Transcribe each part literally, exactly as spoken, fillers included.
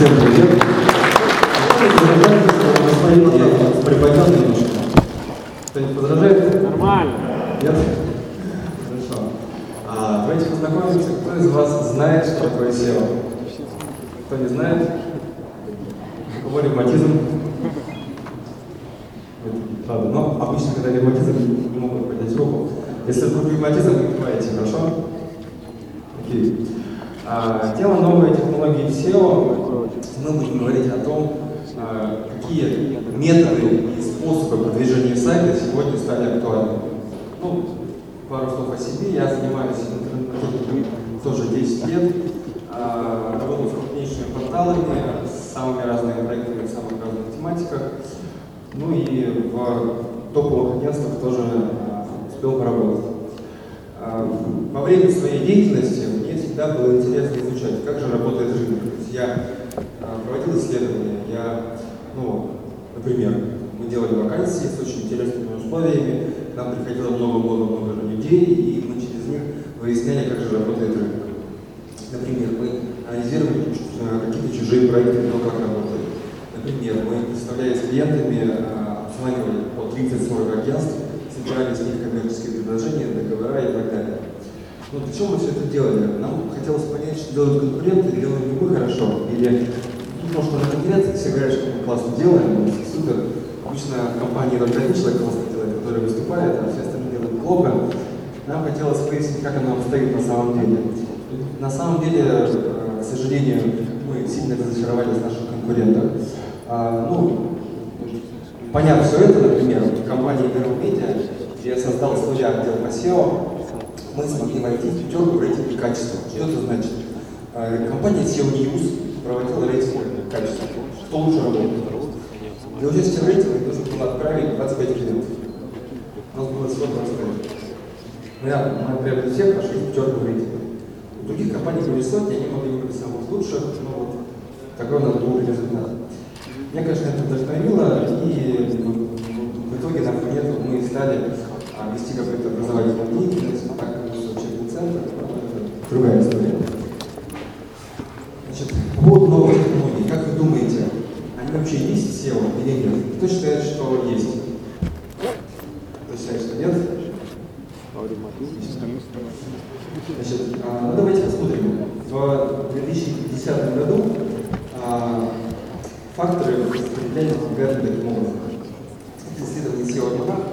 Всем привет. Я приподнял немножко. Кто-нибудь возражает? Нормально. Нет? Хорошо. А, давайте познакомимся. Кто из вас знает, что такое сео? Кто не знает? У кого ревматизм? Ладно, но обычно, когда ревматизм, не могут поднять руку. Если вдруг ревматизм, вы киваете, хорошо? Окей. А, тема новой технологии сео. Мы будем говорить о том, а, какие методы и способы продвижения сайта сегодня стали актуальны. Ну, пару слов о себе. Я занимаюсь интернет-маркетингом тоже десять лет. А, работаю с крупнейшими порталами, с самыми разными проектами в самых разных тематиках. Ну и в топовых агентствах тоже а, успел поработать. А, во время своей деятельности мне всегда было интересно изучать, как же работает рынок. То есть я а, проводил исследования, я, ну, например, мы делали вакансии с очень интересными условиями, к нам приходило много-много-много людей, и мы через них выясняли, как же работает рынок. Например, мы анализировали какие-то чужие проекты, то, как работают. Например, мы, представляя с клиентами, обзванивали по тридцать-сорок агентств, собирали с них коммерческие предложения, договора и так далее. Но для чего мы все это делали? Нам хотелось понять, что делают конкуренты, делаем ли мы хорошо, или, ну, потому что на конференции все говорят, что мы классно делаем, супер. Обычно компания только один человек классно делает, который выступает, а все остальные делают плохо. Нам хотелось выяснить, как оно обстоит на самом деле. На самом деле, к сожалению, мы сильно разочаровались в наших конкурентах. А, ну, поняв все это, например, в компании Media, где я создал с нуля отдел по сео, мы смогли войти в пятерку в рейтинге качества. Что это значит? А, компания сео News проводила рейтинг качества. Что лучше работает? Для участия в рейтинге нужно было отправить двадцать пять клиентов. У нас было всего двадцать пять. Мы отправили всех, пошли в пятерку в рейтинге. У других компаний были сотни, они могли выбрать самых лучших, но вот такой у нас был результат. Меня, конечно, это вдохновило, и в итоге на фоне мы стали а, вести какую-то образовательную деятельность, так как учебный центр, это другая история. Значит, по поводу новых технологий, как вы думаете, они вообще есть сео или нет? Кто считает, что есть? Кто считает, что нет? Значит, а, ну давайте посмотрим. В две тысячи пятидесятом году а, факторы распределения выглядят таким образом. Это исследование сео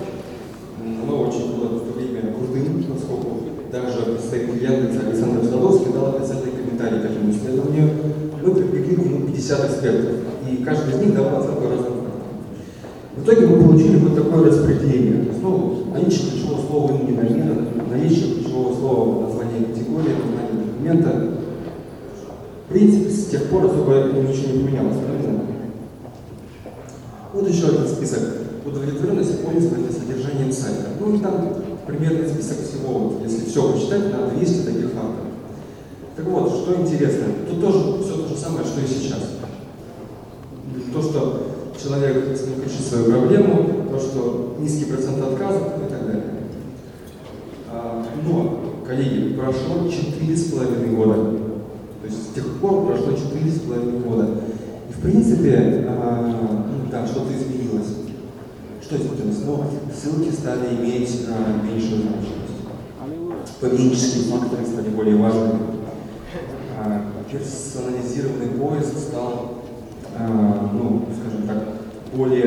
оно очень было в то время крутым, поскольку даже представитель Яндекса Александр Садовский дал официальный комментарий к этому исследованию. Мы привлекли к нему пятьдесят экспертов, и каждый из них давал оценку разным факторам. В итоге мы получили вот такое распределение. То есть, ну, наличие ключевого слова не номинировано, наличие ключевого слова названия категории, название документа. В принципе, с тех пор особо ничего не поменялось, правильно? Вот еще один список. Удовлетворенность пользователя содержанием сайта. Ну и там примерный список всего, вот, если все посчитать, на двести таких факторов. Так вот, что интересно, тут тоже все то же самое, что и сейчас. То, что человек решит свою проблему, то, что низкий процент отказов и так далее. А, но, коллеги, прошло четыре с половиной года. То есть с тех пор прошло четыре с половиной года. И в принципе, а, ну, да, что-то изменилось. Что изменилось? Ну, ссылки стали иметь а, меньшую значимость. Поведенческие факторы стали более важными. А, персонализированный поиск стал, а, ну, скажем так, более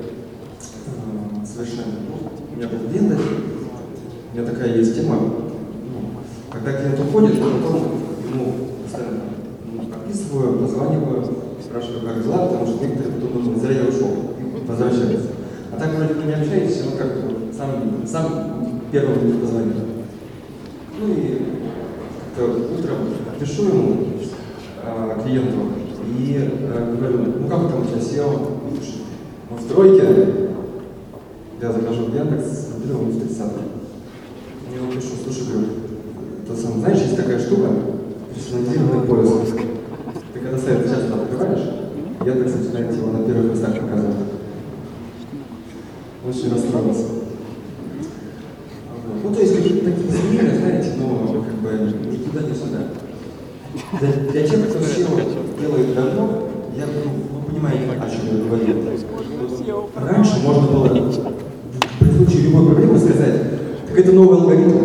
а, совершенным. Ну, у меня был клиент, у меня такая есть тема. Ну, когда клиент уходит, то потом ему постоянно описываю, позваниваю, спрашиваю, как дела, потому что некоторые потом думают, зря я ушел, и возвращаются. А так вроде бы не общаетесь, он как бы сам, сам первым позвонит. Ну и как-то утром пишу ему, э, клиенту, и э, говорю, ну как там у тебя сео? Он в стройке, я захожу в Яндекс, смотрю, он в тридцатом. Я ему пишу, слушай, говорю, ты сам знаешь, есть такая штука, персонализированный поиск. Ты когда сайт часто открываешь, Яндекс начинает его на первых местах показывать. Очень расстроился. Ну, то есть какие-то такие изменения, знаете, но как бы ни туда, ни сюда. Для, для тех, кто сео делает давно, я, ну, вы понимаете, о чем я говорю. Раньше можно было при случае любой проблемы сказать, так это новый алгоритм.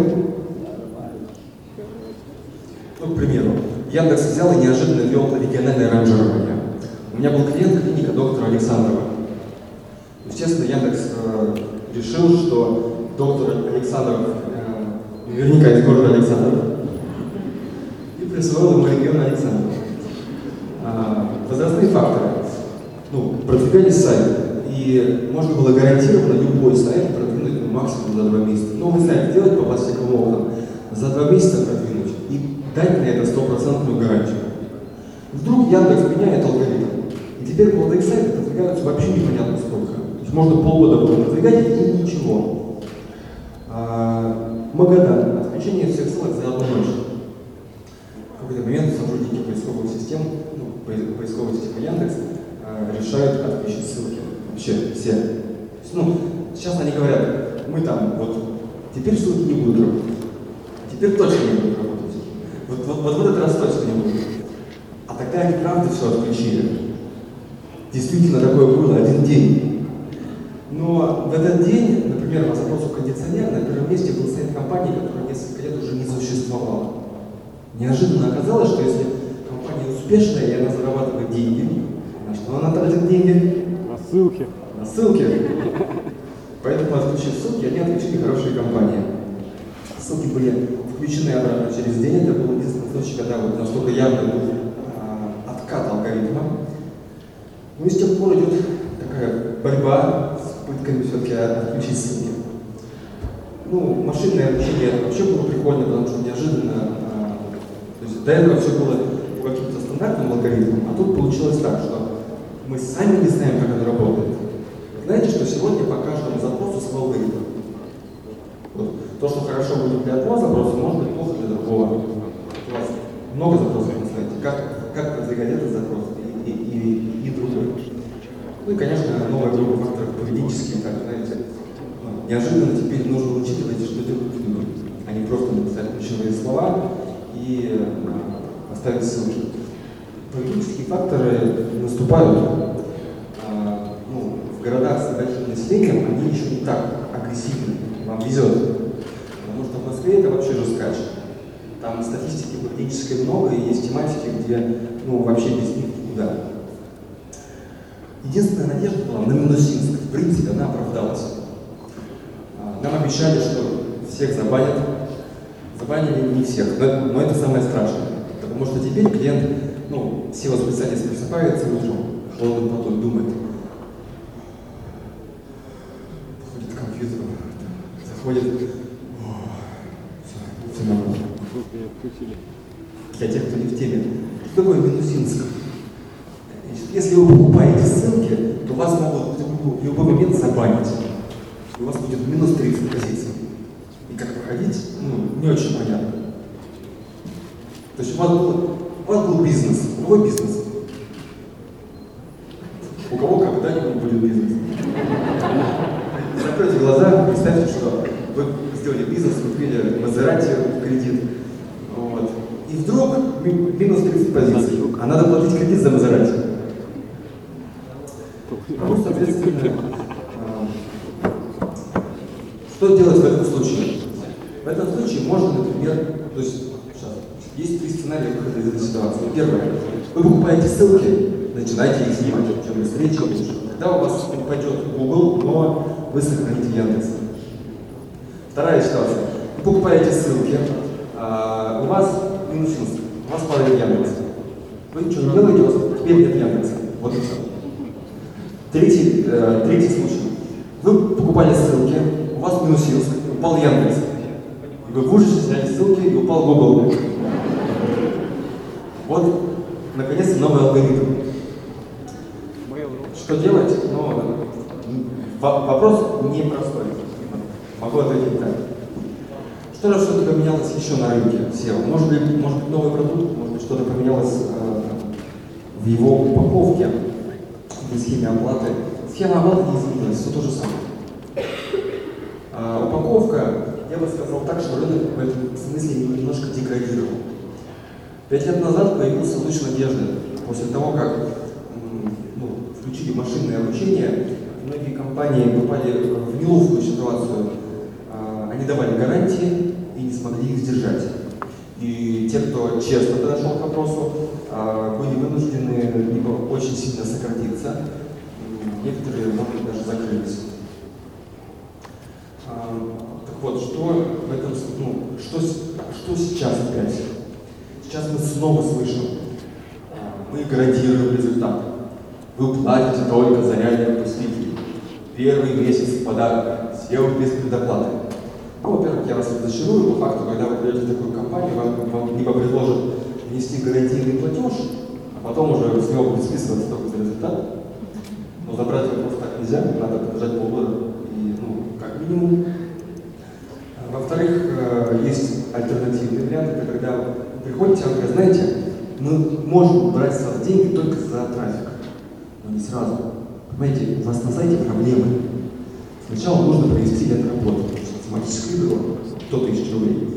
Ну, к примеру, Яндекс взял и неожиданно ввел региональное ранжирование. У меня был клиент клиника доктора Александрова. Естественно, Яндекс э, решил, что доктор Александров э, наверняка из города Александров, и присвоил ему регион Александров. А, возрастные факторы. Ну, продвигались сайты, и можно было гарантированно любой сайт продвинуть ну, максимум за два месяца. Но вы знаете, делать по пластиковым окнам за два месяца продвинуть и дать на это стопроцентную гарантию. Вдруг Яндекс меняет алгоритм, и теперь молодые сайты продвигаются вообще непонятно сколько. То есть можно полгода было продвигать и ничего. А, Магадан. Отключение всех ссылок за одну ночь. В какой-то момент сотрудники поисковых систем, ну, поисковой системы Яндекс, э, решают отключить ссылки. Вообще все. Есть, ну, сейчас они говорят, мы там, вот, теперь ссылки не будут работать. Теперь точно не будут работать. Вот, вот, вот в этот раз точно не будут. А тогда они правда все отключили. Действительно такое было, один день. Но в этот день, например, по запросу кондиционер, на первом месте был сайт компании, которая несколько лет уже не существовала. Неожиданно оказалось, что если компания успешная и она зарабатывает деньги, на что она тратит деньги? На ссылки. На ссылки. Поэтому, отключив ссылки, они отключили хорошие компании. Ссылки были включены обратно через день. Это был единственный случай, когда вот настолько явный был а, откат алгоритма. Ну и с тех пор идет такая борьба с попытками все-таки отключить ссылки. Ну, машинное обучение вообще было прикольно, потому что неожиданно. А, то есть до этого все было по каким-то стандартным алгоритмам, а тут получилось так, что мы сами не знаем, как это работает. Знаете, что сегодня по каждому запросу свой алгоритм. Вот. То, что хорошо будет для одного запроса, может быть плохо для другого. У вас много запросов на сайте. Как, как продвигать этот запрос и, и, и, и другой. Ну и, конечно, новая группа факторов поведенческих, как, знаете, ну, неожиданно теперь нужно учитывать, что делают люди, а не просто написать ключевые слова и э, оставить ссылки. Поведенческие факторы наступают. А, ну, в городах с большим населением они еще не так агрессивны. Вам везет. Потому что в Москве это вообще жесткач. Там статистики поведенческой много, и есть тематики, где ну, вообще без них никуда. Единственная надежда была на Минусинск. В принципе, она оправдалась. Нам обещали, что всех забанят. Забанили не всех, но, но это самое страшное. Потому что теперь клиент, ну, все специалисты просыпаются утром, холодным потом думает. Подходит к компьютеру, заходит. О, все нормально. Для тех, кто не в теме. Что такое Минусинск? Если вы покупаете ссылки, то вас могут в любой момент забанить. И у вас будет минус тридцать позиций. И как выходить, ну, не очень понятно. То есть у вас был, у вас был бизнес. Какой бизнес? У кого когда-нибудь будет бизнес? Закройте глаза, представьте, что вы сделали бизнес, купили Мазерати в кредит. Вот. И вдруг минус тридцать позиций. А надо платить кредит за Мазерати. Ну, соответственно, что делать в этом случае? В этом случае можно, например, то есть, сейчас, есть три сценария выхода из этой ситуации. Первое. Вы покупаете ссылки, начинайте их снимать, чем быстрее, чем лучше. Тогда у вас упадет Google, но вы сохраните Яндекс. Вторая ситуация. Вы покупаете ссылки, а у вас Минусинск, у вас падает Яндекс. Вы ничего не делаете, у вас теперь нет Яндекса. Вот и все. Третий, э, третий случай. Вы покупали ссылки, у вас Минусинск, упал Яндекс. Вы в ужасе сняли ссылки и упал Google. Вот, наконец-то, новый алгоритм. Что делать? Ну, вопрос непростой. Могу ответить так. Что же что-то поменялось еще на рынке сео? Может быть, может быть новый продукт, может быть что-то поменялось э, в его упаковке, в схеме оплаты. Схема оплаты не изменилась, все то же самое. А, упаковка, я бы сказал так, что рынок в этом смысле немножко деградировал. Пять лет назад появился луч надежды. После того, как включили машинное обучение, многие компании попали в неловкую ситуацию. Они давали гарантии и не смогли их сдержать. И те, кто честно подошел к вопросу, были вынуждены либо очень сильно сократиться, некоторые, может быть, даже закрылись. Так вот, что в этом, ну, что, что сейчас опять? Сейчас мы снова слышим, мы градируем результаты. Вы платите только за реальных посетителей. Первый месяц подарок, сео без предоплаты. Ну, во-первых, я вас разочарую, по факту, когда вы придете в такую компанию, вам, вам либо предложат внести гарантийный платеж, а потом уже с него будет списываться только за результат. Но забрать его просто так нельзя, надо подождать полгода, и, ну, как минимум. Во-вторых, есть альтернативные варианты, когда вы приходите, вы говорите, знаете, мы можем брать с вас деньги только за трафик, но не сразу. Понимаете, у вас на сайте проблемы. Сначала нужно провести ветработу, автоматически было сто тысяч рублей.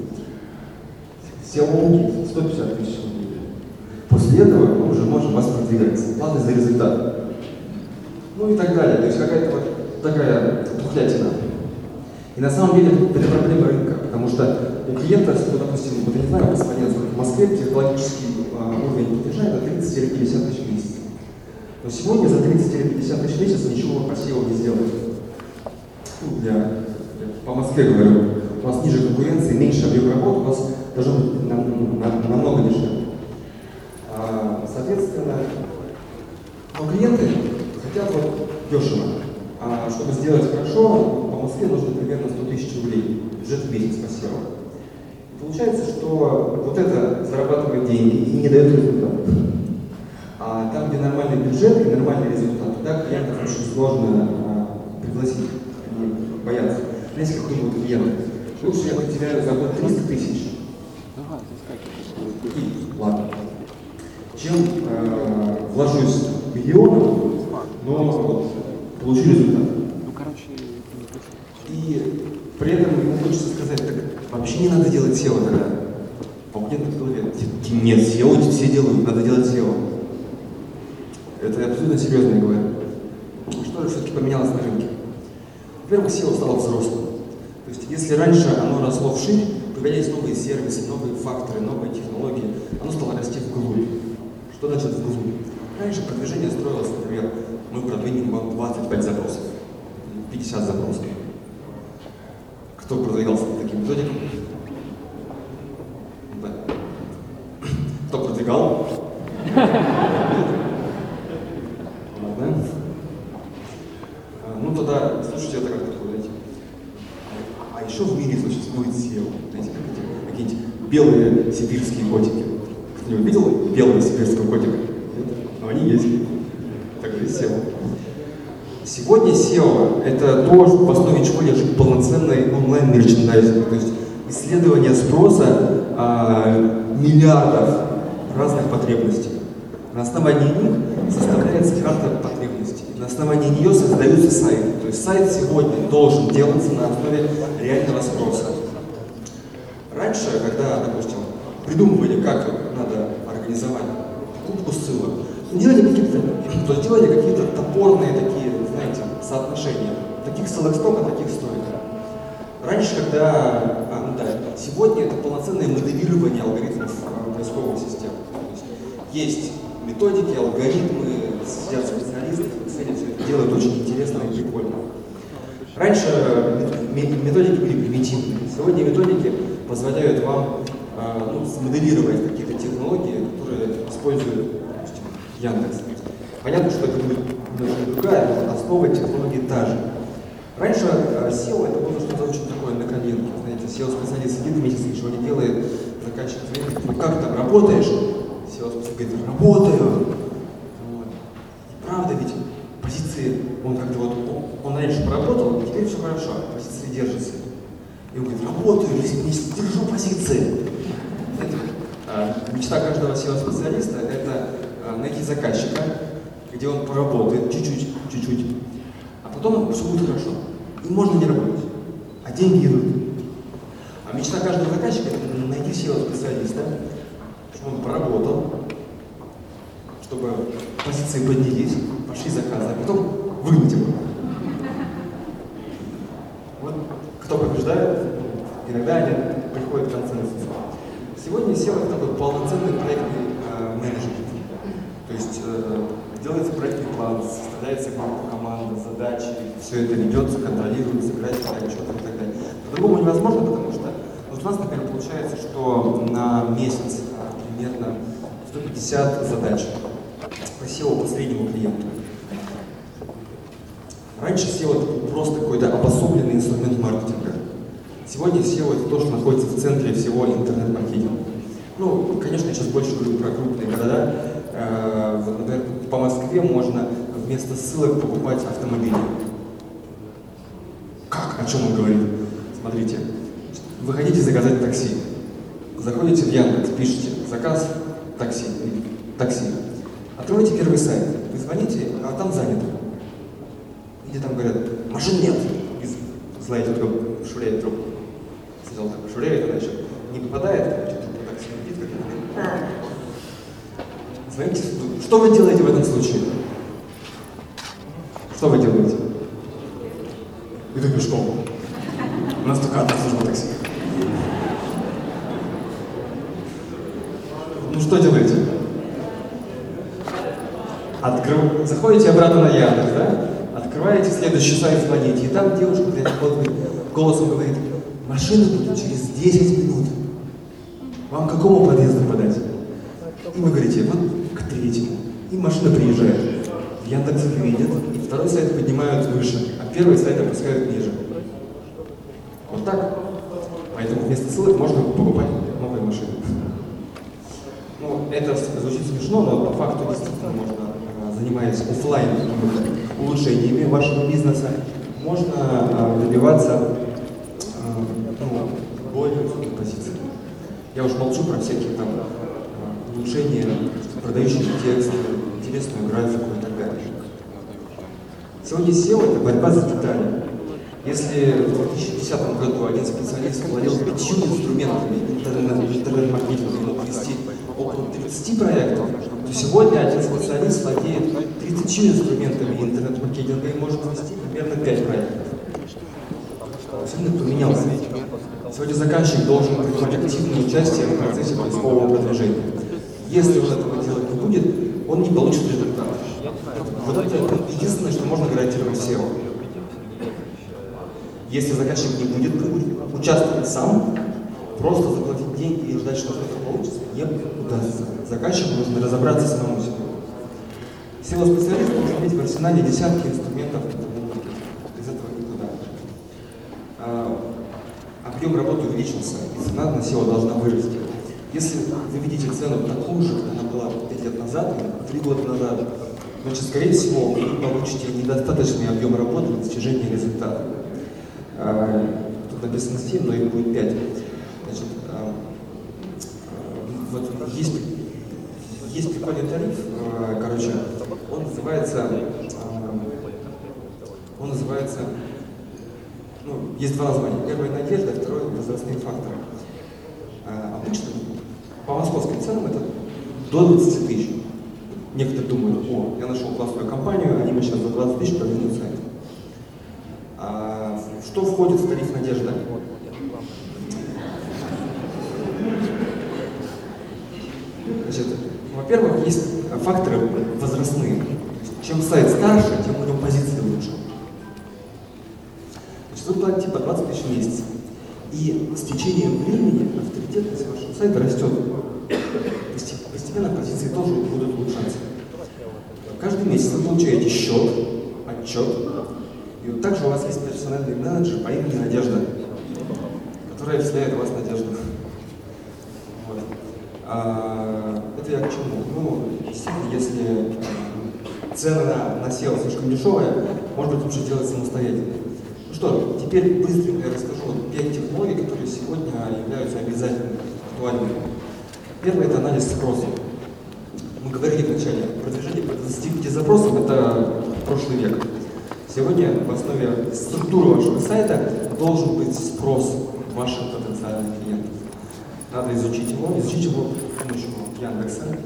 сео сто пятьдесят тысяч рублей. После этого мы уже можем вас продвигать. Плата за результат. Ну и так далее. То есть какая-то вот такая тухлятина. И на самом деле это проблема рынка, потому что у клиента, ну, допустим, вот я не знаю, господин, в Москве психологический а, уровень платежа это тридцать-пятьдесят тысяч в месяц. Но сегодня за тридцать-пятьдесят тысяч в месяц ничего по сео не сделать. Ну, для, для, по Москве говорю, у вас ниже конкуренции, меньше объем работы, у вас должно быть нам, нам, намного дешевле. А, соответственно, но клиенты хотят вот дешево. А чтобы сделать хорошо, по Москве нужно примерно сто тысяч рублей бюджет в месяц по сео. И получается, что вот это зарабатывает деньги и не дает результат. А там, где нормальный бюджет и нормальный результат, туда клиентов очень сложно а, пригласить, они боятся. Знаете, какой-нибудь клиент, лучше я потеряю за год триста тысяч. И, ладно. Чем э, вложусь миллионом, но вот, получу результат. Ну, короче, и при этом ему хочется сказать, так вообще не надо делать сео тогда. А у клиента в голове, нет, сео все делают, надо делать сео. Это я абсолютно серьезно говорю. Что же все-таки поменялось на рынке? Во-первых, сео стало взрослым. То есть, если раньше оно росло вширь, появлялись новые сервисы, новые факторы, новые технологии, оно стало расти вглубь. Что значит вглубь? Раньше продвижение строилось, например, мы продвинем вам двадцать пять запросов, пятьдесят запросов. Кто продвигался по таким методикам? Да. Кто продвигал? Ладно. Ну тогда, слушайте, это как такое, знаете. А еще в мире существует сео. Знаете, как эти какие-нибудь белые сибирские котики. Кто-нибудь видел белого сибирского котика? Нет? Но они есть. Так же есть сео. Сегодня сео – это то, в основе чего лежит полноценный онлайн-мерчендайзинг, то есть исследование спроса а, миллиардов разных потребностей. На основании них составляется карта потребностей. На основании нее создаются сайты. То есть сайт сегодня должен делаться на основе реального спроса. Раньше, когда, допустим, придумывали, как надо организовать покупку ссылок, делали какие-то, то есть делали какие-то топорные такие, знаете, соотношения. Таких ссылок столько, таких стоит. Раньше, когда, а, ну да, сегодня это полноценное моделирование алгоритмов поисковых систем. Есть, есть методики, алгоритмы, сидят специалисты, все это делают очень интересно и прикольно. Раньше методики были примитивные. Сегодня методики позволяют вам э, ну, смоделировать какие-то технологии, которые используют, допустим, Яндекс. Понятно, что это будет немножко другая, но основа технологии та же. Раньше э, сео это было что-то очень такое на коленке. Знаете, сео-специалист сидит месяц, ничего не делает, заказчик звонит, ну как там, работаешь? Сео-специалист говорит, работаю. Вот. И правда ведь позиции, он как-то вот, он, он раньше поработал, теперь все хорошо, позиции держатся. И он говорит, работаю, не держу позиции. Это, а, мечта каждого сео-специалиста – это а, найти заказчика, где он поработает чуть-чуть, чуть-чуть, а потом все будет хорошо. И можно не работать, а деньги идут. А мечта каждого заказчика – это найти сео-специалиста, чтобы он поработал, чтобы позиции поднялись, пошли заказы, а потом выгнать его. Вот кто побеждает, иногда они приходят к консенсусу. Сегодня сео это такой полноценный проектный э, менеджмент. То есть э, делается проектный план, составляется группа, команда, задачи, все это ведется, контролируется, собирается отчеты и так далее. По-другому невозможно, потому что вот у нас, например, получается, что на месяц примерно сто пятьдесят задач по сео по среднему клиенту. Раньше сео это был просто какой-то обособленный инструмент маркетинга. Сегодня сео это то, что находится в центре всего интернет-маркетинга. Ну, конечно, я сейчас больше говорю про крупные города. Э, например, по Москве можно вместо ссылок покупать автомобили. Как? О чем он говорит? Смотрите. Вы хотите заказать такси. Заходите в Яндекс, пишите заказ такси. такси. Откройте первый сайт. Вы звоните, а там занято. Или там говорят, машин нет. И злая тетка швыряет трубку. Сначала так швыряет, она еще не попадает, что-то так смердит, как это. Звоните, что вы делаете в этом случае? Что вы делаете? Иду пешком. У нас только одна служба такси. Ну что делаете? Открыв... Заходите обратно на Яндекс, да? Открываете следующий сайт, звоните, и там девушка голосом говорит, машина будет через десять минут. Вам к какому подъезду подать? И вы говорите, вот к третьему. И машина приезжает. В Яндексе видят, и второй сайт поднимают выше, а первый сайт опускают ниже. Вот так. Поэтому вместо ссылок можно покупать новые машины. Ну, это звучит смешно, но по факту действительно можно, занимаясь офлайн улучшениями вашего бизнеса, можно добиваться ну, более высоких позиций. Я уж молчу про всякие там улучшения, продающие текст, интересную графику и так далее. Сегодня сео это борьба за детали. Если в две тысячи десятом году один специалист владел пятью инструментами интернет-маркетинга и мог вести около тридцати проектов, то сегодня один специалист владеет тридцатью инструментами интернет-маркетинга и может вести примерно пять проектов. Сегодня поменялся. Сегодня заказчик должен принимать активное участие в процессе поискового продвижения. Если он этого делать не будет, он не получит результат. Вот это единственное, что можно гарантировать сео. Если заказчик не будет участвовать сам, просто заплатить деньги и ждать, что что-то получится, не удастся. Заказчику нужно разобраться самому себе. сео-специалист должен иметь в арсенале десятки инструментов, без этого никуда. А, объем работы увеличился, и цена на сео должна вырасти. Если вы видите цену такую же, как она была пять лет назад или три года назад, значит, скорее всего, вы получите недостаточный объем работы для достижения результата. А, тут написано семь, но их будет пять. Значит, а, а, вот есть, есть прикольный тариф, а, короче, он называется, а, он называется, ну, есть два названия. Первое — надежда, второе — возрастные факторы. А, обычно по московским ценам это до двадцати тысяч. Некоторые думают, о, я нашел классную компанию, они мне сейчас за двадцать тысяч продвинут сайт. А, что входит в тариф «Надежда»? Значит, во-первых, есть факторы возрастные. Чем сайт старше, тем у него позиции лучше. Значит, вы платите по двадцать тысяч в месяц. И с течением времени авторитетность вашего сайта растет. Постепенно позиции тоже будут улучшаться. Каждый месяц вы получаете счет, отчет. И вот также у вас есть персональный менеджер по имени Надежда, которая вселяет в вас надежду. Вот. А, это я к чему? Ну, действительно, если цена на, на сео слишком дешевая, может быть, лучше делать самостоятельно. Ну что, теперь быстренько я расскажу пять технологий, которые сегодня являются обязательными, актуальными. Первое — это анализ спроса. Мы говорили вначале, продвижение по двадцати пяти запросам — это прошлый век. Сегодня в основе структуры вашего сайта должен быть спрос ваших потенциальных клиентов. Надо изучить его, изучить его с помощью Яндекса,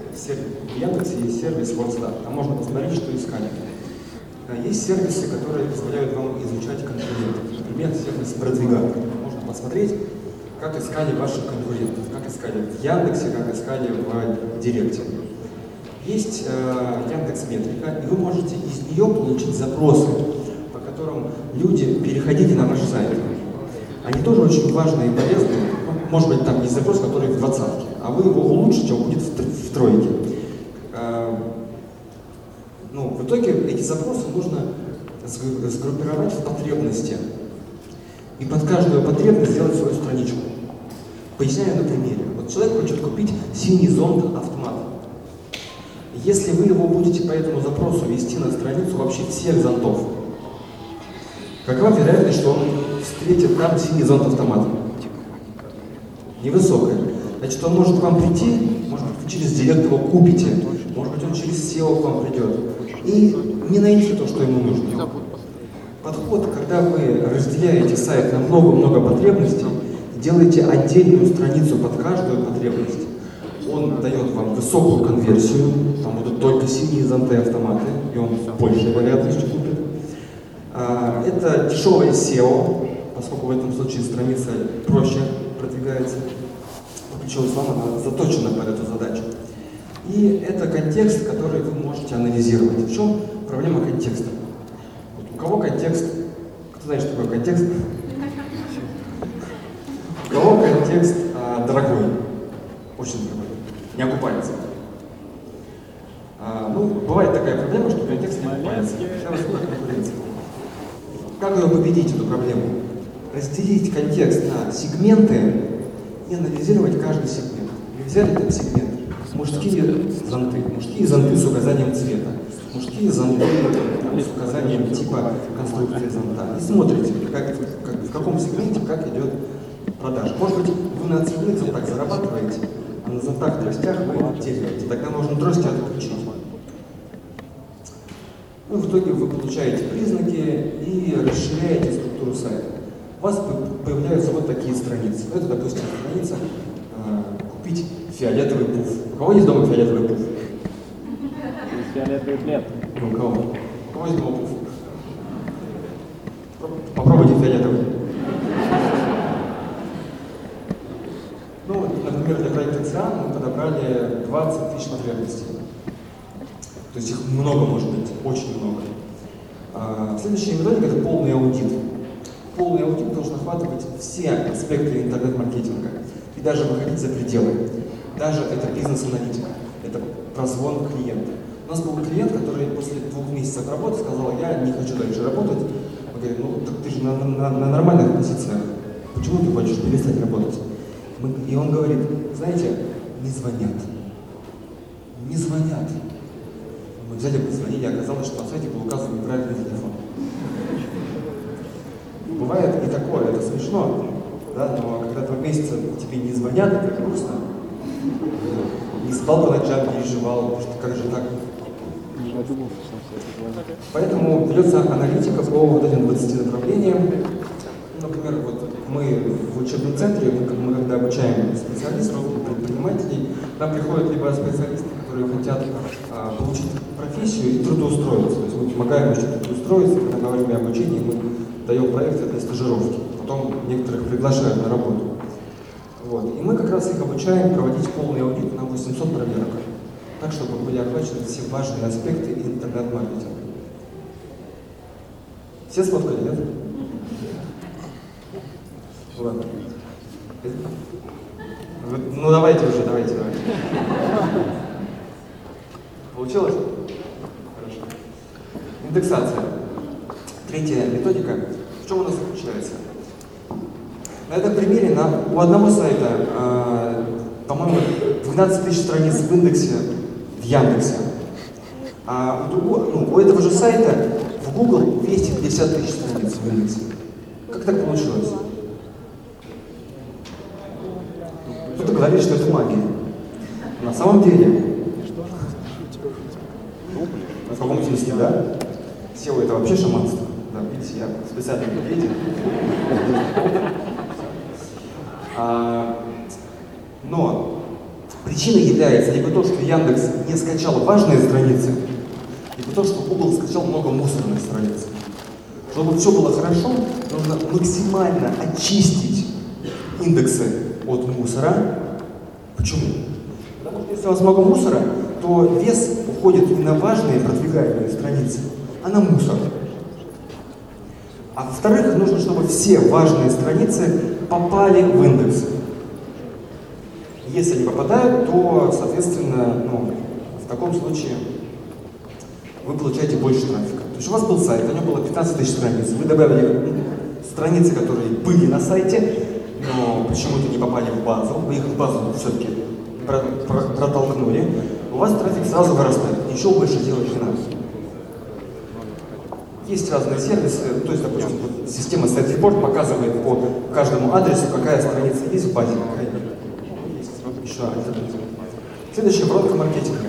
в Яндексе есть сервис WordStat, там можно посмотреть, что искали. Есть сервисы, которые позволяют вам изучать конкурентов. Например, сервис Продвигатор. Можно посмотреть, как искали ваших конкурентов, как искали в Яндексе, как искали в Директе. Есть э, Яндекс.Метрика, и вы можете из нее получить запросы, по которым люди переходите на ваш сайт. Они тоже очень важные и полезные. Ну, может быть, там есть запрос, который в двадцатке, а вы его улучшите, он будет в, в тройке. Э, ну, в итоге эти запросы нужно сгруппировать в потребности. И под каждую потребность сделать свою страничку. Поясняю на примере. Вот человек хочет купить синий зонт автомат. Если вы его будете по этому запросу вести на страницу вообще всех зонтов, какова вероятность, что он встретит там синий зонт автомат? Невысокая. Значит, он может к вам прийти, может быть, вы через директ его купите, может быть, он через сео к вам придет, и не найти то, что ему нужно. Подход, когда вы разделяете сайт на много-много потребностей, делаете отдельную страницу под каждую потребность, он дает вам высокую конверсию, там будут только синие зонты автоматы, и он с большей вероятностью купит. Это дешевое сео, поскольку в этом случае страница проще продвигается. Ключевое слово, она заточена под эту задачу. И это контекст, который вы можете анализировать. В чем проблема контекста? Вот у кого контекст? Кто знает, что такое контекст? У кого контекст а, дорогой? Очень дорогой. Не окупается. А, ну, бывает такая проблема, что контекст не окупается. Как ее победить, эту проблему? Разделить контекст на сегменты и анализировать каждый сегмент. Мы взяли этот сегмент. Мужские зонты, мужские зонты с указанием цвета, мужские зонты с указанием типа конструкции зонта. И смотрите, как, как, в каком сегменте как идет продажа. Может быть, вы на цветных зонтах зарабатываете, а на зонтах-тростях вы теряете. Тогда можно трости отключить. Ну, в итоге вы получаете признаки и расширяете структуру сайта. У вас появляются вот такие страницы. Это, допустим, страница э, «Купить фиолетовый пуф». У кого есть дома фиолетовый пуф? Фиолетовый плед. Ну, у кого? У кого есть дома пуф? Попробуйте фиолетовый. Ну, например, для проекта ЦИАН мы подобрали двадцать тысяч потребностей. То есть их много может быть, очень много. А, следующая методика – это полный аудит. Полный аудит должен охватывать все аспекты интернет-маркетинга и даже выходить за пределы. Даже это бизнес-аналитика, это прозвон клиента. У нас был клиент, который после двух месяцев работы сказал: я не хочу дальше работать. Мы говорим: ну так ты же на, на, на нормальных позициях, почему ты хочешь перестать работать? Мы, и он говорит: знаете, не звонят. Не звонят. Мы взяли, позвонили, оказалось, что на сайте был указан неправильный телефон. Бывает и такое, это смешно, да, но когда два месяца тебе не звонят, это грустно. Не спал по ночам, переживал, потому что как же так? Поэтому ведется аналитика по вот этим двадцати направлениям. Например, вот мы в учебном центре, мы, мы когда обучаем специалистов, предпринимателей, нам приходят либо специалисты, которые хотят а, получить профессию и трудоустроиться. То есть мы помогаем еще трудоустроиться, когда во время обучения мы даем проекты для стажировки. Потом некоторых приглашают на работу. Вот. И мы как раз их обучаем проводить полный аудит на восемьсот проверок, так, чтобы были охвачены все важные аспекты интернет-маркетинга. Все сфоткали, нет? Ладно. Ну давайте уже, давайте, давайте. Получилось? Хорошо. Индексация. Третья методика. В чем она заключается? На этом примере на, у одного сайта, э, по-моему, двенадцать тысяч страниц в индексе, в Яндексе. А у, другого, ну, у этого же сайта в Google двести пятьдесят тысяч страниц в индексе. Как так получилось? Кто-то говорит, что это магия. На самом деле, в каком смысле, да? сео это вообще шаманство. Да, видите, я специально не видел. А, но Причиной является либо то, что Яндекс не скачал важные страницы, либо то, что Google скачал много мусорных страниц. Чтобы все было хорошо, нужно максимально очистить индексы от мусора. Почему? Потому что если у вас много мусора, то вес уходит не на важные продвигаемые страницы, а на мусор. А во-вторых, нужно, чтобы все важные страницы попали в индекс. Если не попадают, то, соответственно, ну, в таком случае вы получаете больше трафика. То есть у вас был сайт, у него было пятнадцать тысяч страниц, вы добавили страницы, которые были на сайте, но почему-то не попали в базу, вы их в базу все-таки протолкнули, у вас трафик сразу вырастает, ничего больше делать не надо. Есть разные сервисы, то есть, допустим, вот система SiteReport показывает по каждому адресу, какая страница есть в базе. Есть еще альтернатива. Следующая воронка маркетинга.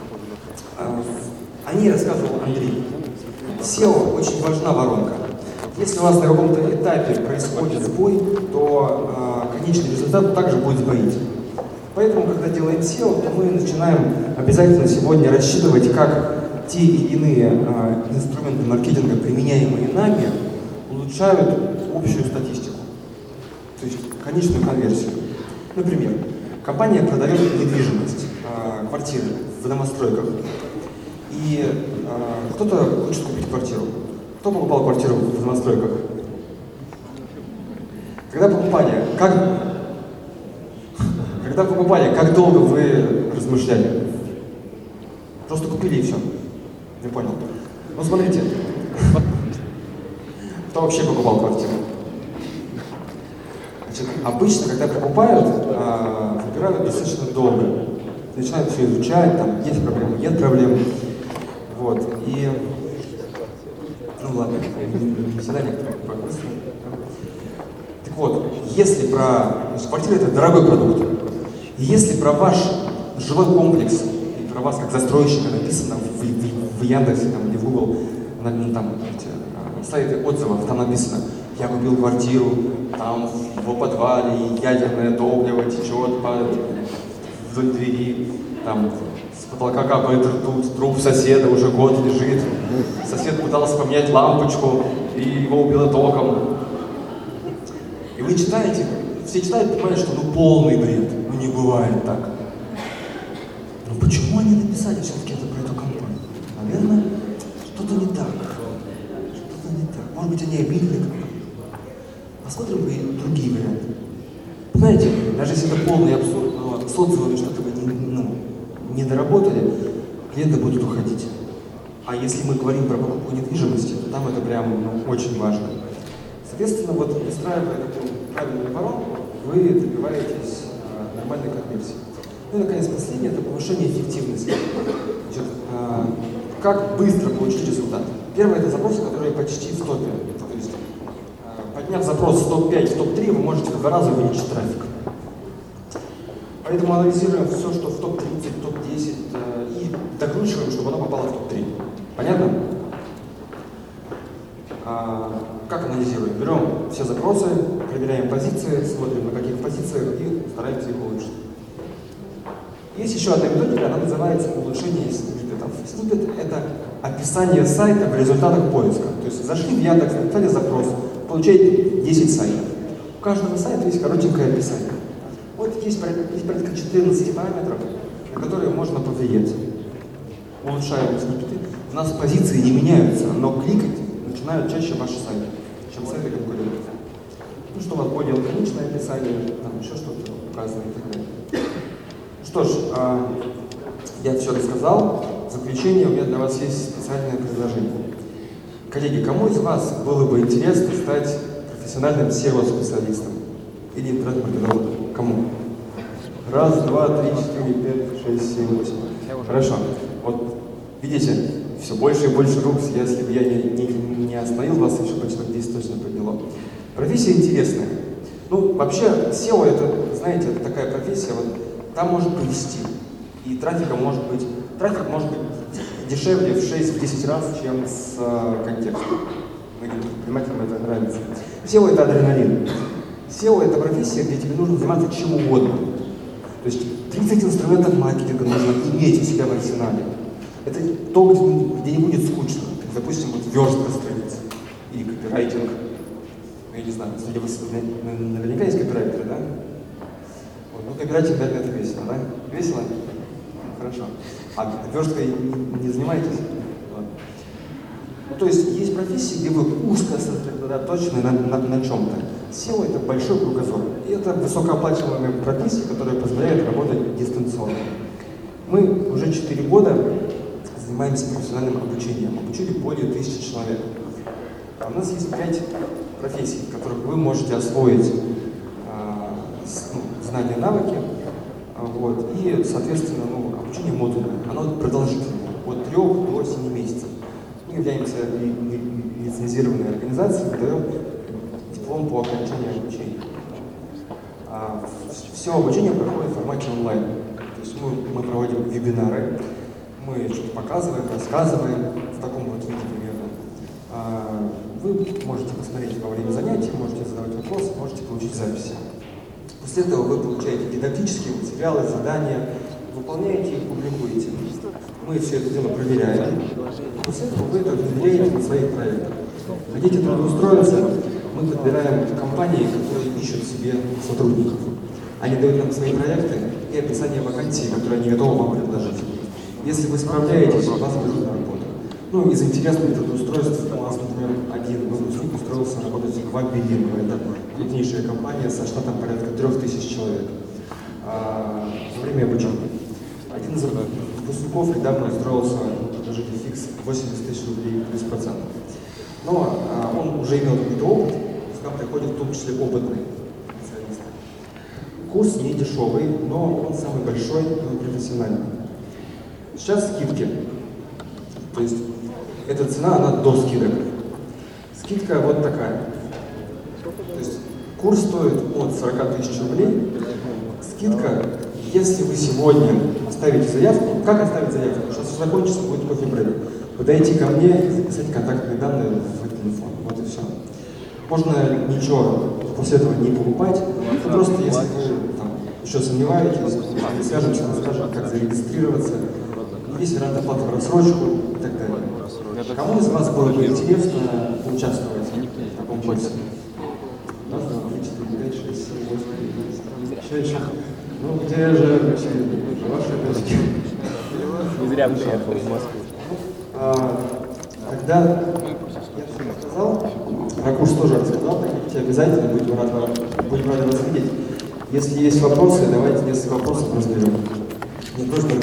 О ней рассказывал Андрей. сео очень важна воронка. Если у вас на каком-то этапе происходит сбой, то э, конечный результат также будет сбоить. Поэтому, когда делаем сео, то мы начинаем обязательно сегодня рассчитывать, как те или иные э, инструменты маркетинга, применяемые нами, улучшают общую статистику, то есть конечную конверсию. Например, компания продает недвижимость, э, квартиры в новостройках, и э, кто-то хочет купить квартиру. Кто покупал квартиру в новостройках? Когда покупали, как, когда покупали, как долго вы размышляли? Просто купили и все. Не понял. Ну смотрите, кто вообще покупал квартиру? Значит, обычно, когда покупают, э, выбирают достаточно долго. Начинают все изучать, там есть проблемы, нет проблем. Вот. И, ну ладно, не всегда некоторые быстро. Так вот, если про... Значит, квартира — это дорогой продукт. И если про ваш жилой комплекс и про вас как застройщика написано в, в, в Яндексе там, или в Google, там эти, сайты отзывов, там написано: я купил квартиру, там в его подвале ядерное топливо течет по вдоль двери, там с потолка капает ртуть, труп соседа уже год лежит, сосед пытался поменять лампочку, и его убило током. И вы читаете, все читают, понимают, что ну полный бред, ну не бывает так. Но почему они написали все-таки это про эту компанию? Наверное, что-то не так. Что-то не так. Может быть, они обидели компанию. Посмотрим и другие варианты. Знаете, даже если это полный абсурд, но с отзывами что-то вы не, ну, не доработали, клиенты будут уходить. А если мы говорим про покупку недвижимости, то там это прям ну, очень важно. Соответственно, вот выстраивая такую правильную воронку, вы добиваетесь э, нормальной конверсии. Ну и, наконец, последнее – это повышение эффективности. Значит, э, как быстро получить результат? Первое – это запросы, которые почти в топе. То есть, э, подняв запрос в топ пять, в топ три, вы можете в два раза увеличить трафик. Поэтому анализируем все, что в топ тридцать, топ десять, э, и докручиваем, чтобы оно попало в топ три. Понятно? А, как анализируем? Берем все запросы, проверяем позиции, смотрим, на каких позициях, и стараемся их улучшить. Есть еще одна методика, она называется улучшение сниппетов. Сниппет — это описание сайта в результатах поиска. То есть зашли в Яндекс, написали запрос, получаете десять сайтов. У каждого сайта есть коротенькое описание. Вот есть порядка четырнадцати параметров, на которые можно повлиять. Улучшаем сниппеты. У нас позиции не меняются, но кликать начинают чаще ваши сайты, чем сайты конкурентов. Ну что у вас более лаконичное описание, там еще что-то указано и так далее. Что ж, э, я все рассказал. В заключение у меня для вас есть специальное предложение. Коллеги, кому из вас было бы интересно стать профессиональным сео-специалистом или интернет-маркетологом? Кому? Раз, два, три, четыре, пять, шесть, семь, восемь. Хорошо. Вот видите, все больше и больше рук, если бы я не, не, не остановил вас, еще бы человек десять точно подняло. Профессия интересная. Ну, вообще, сео — это, знаете, это такая профессия, вот, там может повести. И трафика может быть, трафик может быть дешевле в шесть-десять раз, чем с э, контекстом. Многим предпринимателям это нравится. сео — это адреналин. сео — это профессия, где тебе нужно заниматься чем угодно. То есть три тридцать инструментов маркетинга нужно иметь у себя в арсенале. Это то, где, где не будет скучно. Как, допустим, вот верстка страниц или копирайтинг. Ну, я не знаю, среди вас наверняка есть копирайтеры, да? Вот, ну, копирайтинг, наверное, это весело, да? Весело? Хорошо. А версткой не, не занимаетесь? Вот. Ну, то есть есть профессии, где вы узко сосредоточены на, на, на чем-то. сео — это большой кругозор. И это высокооплачиваемые профессии, которые позволяют работать дистанционно. Мы уже четыре года занимаемся профессиональным обучением. Обучили более тысячи человек. А у нас есть пять профессий, в которых вы можете освоить а, с, ну, знания, навыки. А, вот, и, соответственно, ну, обучение модульное. Оно продолжительное, от трех до семи месяцев. Мы являемся ли, ли, лицензированной организацией, выдаем диплом по окончании обучения. А, все обучение проходит в формате онлайн. То есть мы, мы проводим вебинары, мы что-то показываем, рассказываем в таком вот виде примерно. А, вы можете посмотреть во время занятий, можете задавать вопросы, можете получить записи. После этого вы получаете дидактические материалы, задания, выполняете их, публикуете. Мы все это дело проверяем. После этого вы это внедряете на своих проектах. Хотите трудоустроиться, мы подбираем компании, которые ищут себе сотрудников. Они дают нам свои проекты и описание вакансий, которые они готовы вам предложить. Если вы справляетесь, вас берут на работу. Ну, из интересных трудоустройств у нас, например, один выпускник устроился работать в Вабилинго. Это крупнейшая компания со штатом порядка трех тысяч человек. А, во время обучения. Один из выпускников недавно устроился, предложили фикс восемьдесят тысяч рублей плюс процентов. Но а, он уже имел какой-то опыт, к нам приходят в том числе опытные специалисты. Курс не дешевый, но он самый большой и профессиональный. Сейчас скидки. То есть эта цена, она до скидок. Скидка вот такая. То есть курс стоит от сорока тысяч рублей. Скидка, если вы сегодня оставите заявку, как оставить заявку? Сейчас закончится, будет кофе-брейк. Подойти ко мне и записать контактные данные в телефон. Вот и все. Можно ничего после этого не покупать. Но просто если вы там, еще сомневаетесь, мы свяжемся, расскажем, как зарегистрироваться. Есть вариант оплаты в рассрочку и так далее. Кому из вас было бы интересно поучаствовать в таком курсе? Раз, два, три, четыре, пять, шесть, семь, восемь, девять, еще, еще. Ну, где же ваши гости? Не зря приехал в Москву. А, тогда я рассказал, про курс тоже рассказал, приходите обязательно, будем рады, будем рады вас видеть. Если есть вопросы, давайте несколько вопросов разберем. Не просто